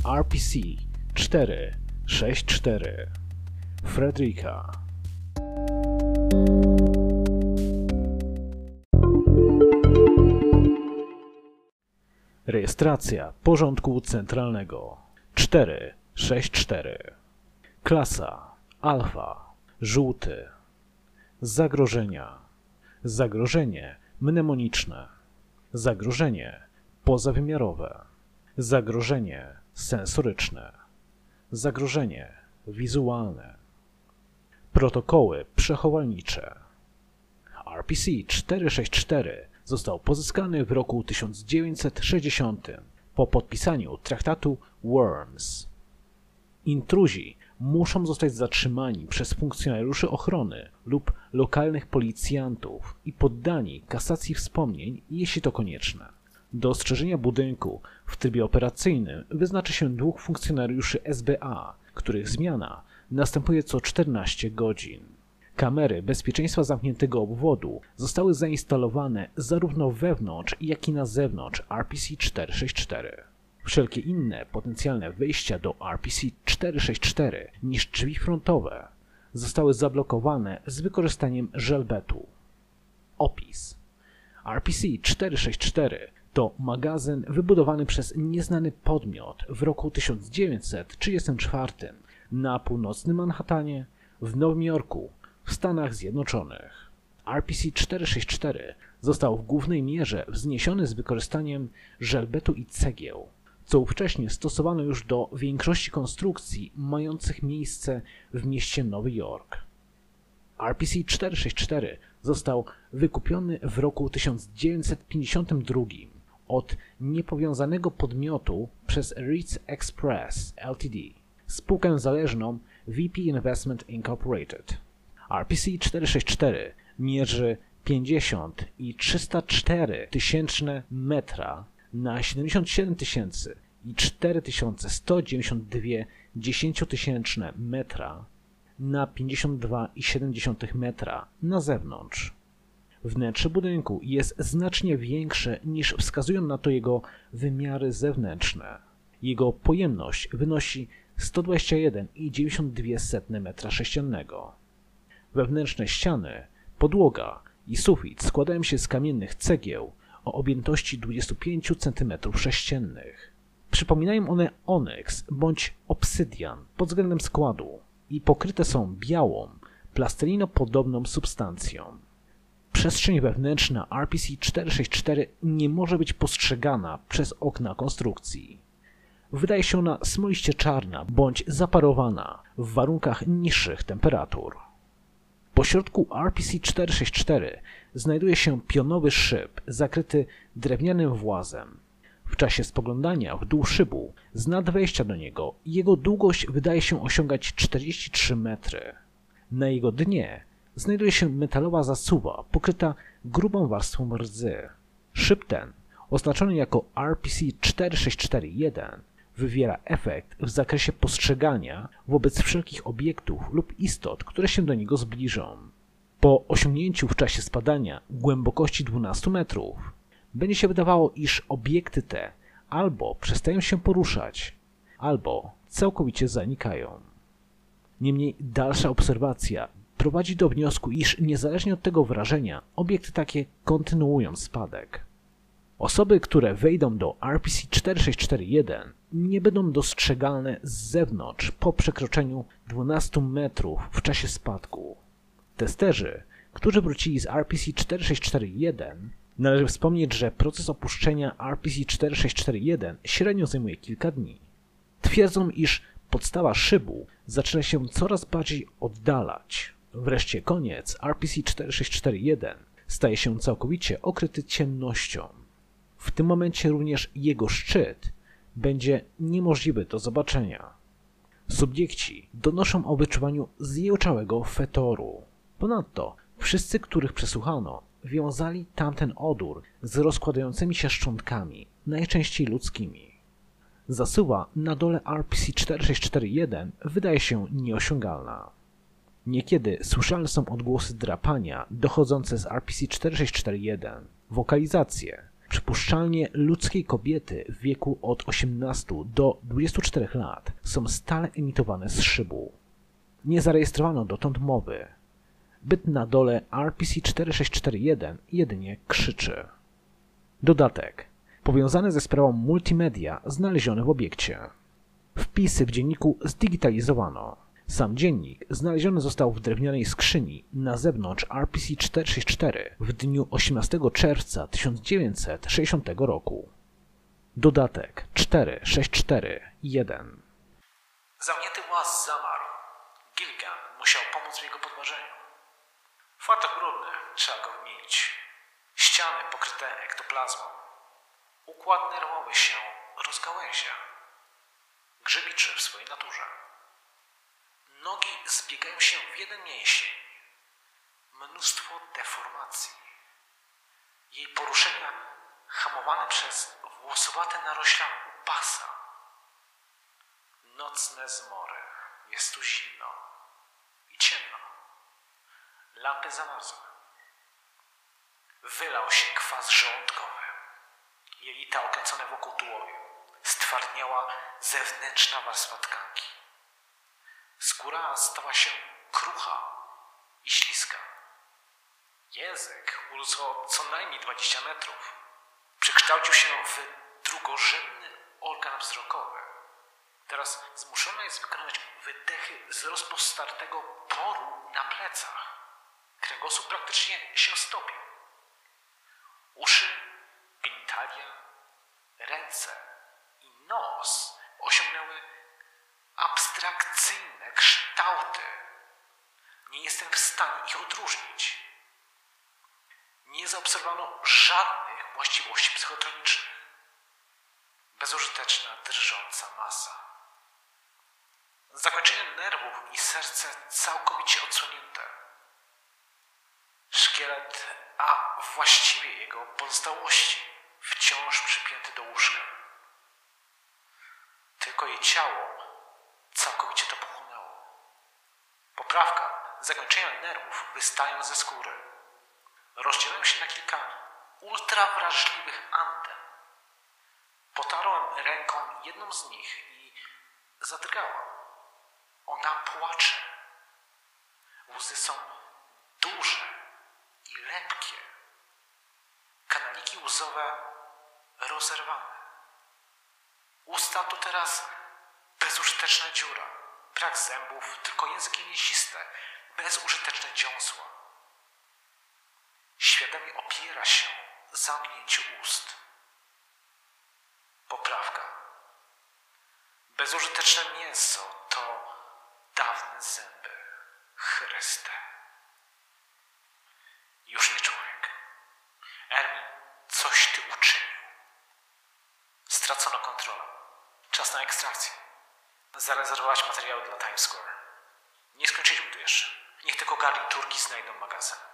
RPC 464 Fredrika. Rejestracja porządku centralnego 464. Klasa Alfa. Żółty. Zagrożenia. Zagrożenie mnemoniczne. Zagrożenie pozawymiarowe. Zagrożenie sensoryczne. Zagrożenie wizualne. Protokoły przechowalnicze. RPC 464 został pozyskany w roku 1960 po podpisaniu traktatu Worms. Intruzi muszą zostać zatrzymani przez funkcjonariuszy ochrony lub lokalnych policjantów i poddani kasacji wspomnień, jeśli to konieczne. Do ostrzeżenia budynku w trybie operacyjnym wyznaczy się 2 funkcjonariuszy SBA, których zmiana następuje co 14 godzin. Kamery bezpieczeństwa zamkniętego obwodu zostały zainstalowane zarówno wewnątrz, jak i na zewnątrz RPC 464. Wszelkie inne potencjalne wejścia do RPC 464 niż drzwi frontowe zostały zablokowane z wykorzystaniem żelbetu. Opis. RPC 464 to magazyn wybudowany przez nieznany podmiot w roku 1934 na północnym Manhattanie, w Nowym Jorku, w Stanach Zjednoczonych. RPC 464 został w głównej mierze wzniesiony z wykorzystaniem żelbetu i cegieł, co ówcześnie stosowano już do większości konstrukcji mających miejsce w mieście Nowy Jork. RPC 464 został wykupiony w roku 1952 od niepowiązanego podmiotu przez Ritz Express Ltd., spółkę zależną VP Investment Incorporated. RPC 464 mierzy 50 i 304 tysięczne metra na 77 tysięcy i 4192 dziesięciotysięczne metra na 52,7 metra na zewnątrz. Wnętrze budynku jest znacznie większe niż wskazują na to jego wymiary zewnętrzne. Jego pojemność wynosi 121,92 m². Wewnętrzne ściany, podłoga i sufit składają się z kamiennych cegieł o objętości 25 cm3. Przypominają one onyks bądź obsydian pod względem składu i pokryte są białą, plastelinopodobną substancją. Przestrzeń wewnętrzna RPC 464 nie może być postrzegana przez okna konstrukcji. Wydaje się ona smoliście czarna bądź zaparowana w warunkach niższych temperatur. Po środku RPC 464 znajduje się pionowy szyb zakryty drewnianym włazem. W czasie spoglądania w dół szybu z nad wejścia do niego jego długość wydaje się osiągać 43 metry. Na jego dnie znajduje się metalowa zasuwa pokryta grubą warstwą rdzy. Szyb ten, oznaczony jako RPC 464-1, wywiera efekt w zakresie postrzegania wobec wszelkich obiektów lub istot, które się do niego zbliżą. Po osiągnięciu w czasie spadania głębokości 12 metrów będzie się wydawało, iż obiekty te albo przestają się poruszać, albo całkowicie zanikają. Niemniej dalsza obserwacja prowadzi do wniosku, iż niezależnie od tego wrażenia, obiekty takie kontynuują spadek. Osoby, które wejdą do RPC 464-1 nie będą dostrzegalne z zewnątrz po przekroczeniu 12 metrów w czasie spadku. Testerzy, którzy wrócili z RPC 464-1, należy wspomnieć, że proces opuszczenia RPC 464-1 średnio zajmuje kilka dni. Twierdzą, iż podstawa szybu zaczyna się coraz bardziej oddalać. Wreszcie koniec RPC 464-1 staje się całkowicie okryty ciemnością. W tym momencie również jego szczyt będzie niemożliwy do zobaczenia. Subiekci donoszą o wyczuwaniu zjełczałego fetoru. Ponadto wszyscy, których przesłuchano, wiązali tamten odór z rozkładającymi się szczątkami, najczęściej ludzkimi. Zasuwa na dole RPC 464-1 wydaje się nieosiągalna. Niekiedy słyszalne są odgłosy drapania dochodzące z RPC 464-1, wokalizacje, Przypuszczalnie ludzkiej kobiety w wieku od 18 do 24 lat są stale emitowane z szybu. Nie zarejestrowano dotąd mowy. Byt na dole RPC-4641 jedynie krzyczy. Dodatek. Powiązany ze sprawą multimedia znaleziony w obiekcie. Wpisy w dzienniku zdigitalizowano. Sam dziennik znaleziony został w drewnianej skrzyni na zewnątrz RPC-464 w dniu 18 czerwca 1960 roku. Dodatek 464-1. Zamknięty łaz zamarł. Gilligan musiał pomóc w jego podważeniu. Fartuch brudny, trzeba go wymienić. Ściany pokryte ektoplazmą. Układ nerwowy się rozgałęzia. Grzybiczy w swojej naturze. Nogi zbiegają się w jeden mięsień. Mnóstwo deformacji. Jej poruszenia hamowane przez włosowate narośla u pasa. Nocne zmory. Jest tu zimno i ciemno. Lampy zamarzły. Wylał się kwas żołądkowy. Jelita okręcone wokół tułowiu. Stwardniała zewnętrzna warstwa tkanki. Skóra stała się krucha i śliska. Język urósł co najmniej 20 metrów. Przekształcił się w drugorzędny organ wzrokowy. Teraz zmuszona jest wykonywać wydechy z rozpostartego poru na plecach. Kręgosłup praktycznie się stopił. Uszy, genitalia, ręce i nos osiągnęły abstrakcyjne kształty. Nie jestem w stanie ich odróżnić. Nie zaobserwowano żadnych właściwości psychotronicznych. Bezużyteczna, drżąca masa. Zakończenie nerwów i serce całkowicie odsłonięte. Szkielet, a właściwie jego pozostałości, wciąż przypięty do łóżka. Tylko jej ciało całkowicie to pochłonęło. Poprawka, zakończenia nerwów wystają ze skóry. Rozdzielają się na kilka ultrawrażliwych anten. Potarłem ręką jedną z nich i zadrgałam. Ona płacze. Łzy są duże i lepkie. Kanaliki łzowe rozerwane. Usta to teraz bezużyteczna dziura. Brak zębów, tylko języki mięsiste, bezużyteczne dziąsła. Świadomie opiera się zamknięciu ust. Poprawka. Bezużyteczne mięso to dawne zęby. Chryste. Już nie człowiek. Ermin, coś ty uczynił. Stracono kontrolę. Czas na ekstrakcję. Zarezerwować materiały dla Times Square. Nie skończyliśmy tu jeszcze. Niech tylko garniturki znajdą magazyn.